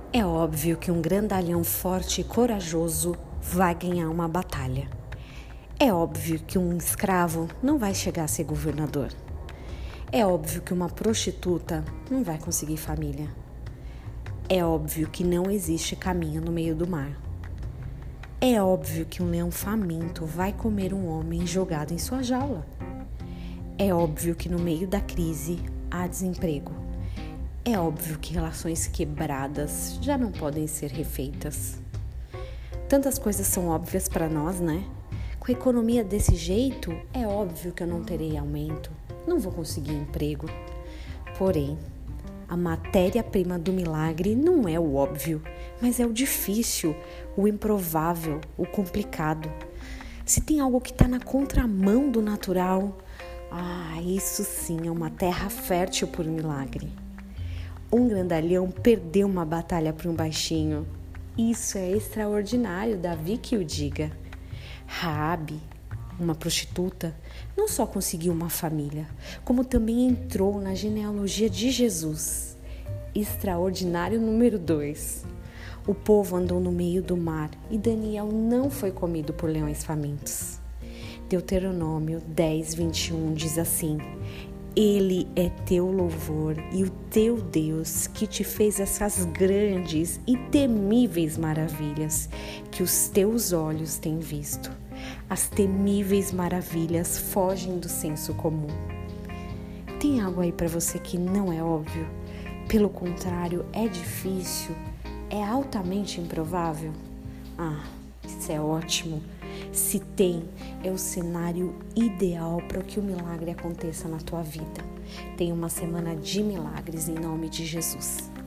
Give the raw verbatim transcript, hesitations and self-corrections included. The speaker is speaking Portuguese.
É óbvio que um grandalhão forte e corajoso vai ganhar uma batalha. É óbvio que um escravo não vai chegar a ser governador. É óbvio que uma prostituta não vai conseguir família. É óbvio que não existe caminho no meio do mar. É óbvio que um leão faminto vai comer um homem jogado em sua jaula. É óbvio que no meio da crise há desemprego. É óbvio que relações quebradas já não podem ser refeitas. Tantas coisas são óbvias para nós, né? Com a economia desse jeito, é óbvio que eu não terei aumento, não vou conseguir emprego. Porém, a matéria-prima do milagre não é o óbvio, mas é o difícil, o improvável, o complicado. Se tem algo que está na contramão do natural, ah, isso sim é uma terra fértil por milagre. Um grandalhão perdeu uma batalha para um baixinho. Isso é extraordinário, Davi que o diga. Raabe, uma prostituta, não só conseguiu uma família, como também entrou na genealogia de Jesus. Extraordinário número dois. O povo andou no meio do mar e Daniel não foi comido por leões famintos. Deuteronômio dez, vinte e um diz assim: Ele é teu louvor e o teu Deus que te fez essas grandes e temíveis maravilhas que os teus olhos têm visto. As temíveis maravilhas fogem do senso comum. Tem algo aí para você que não é óbvio? Pelo contrário, é difícil? É altamente improvável? Ah, isso é ótimo. Se tem, é o cenário ideal para que o milagre aconteça na tua vida. Tenha uma semana de milagres em nome de Jesus.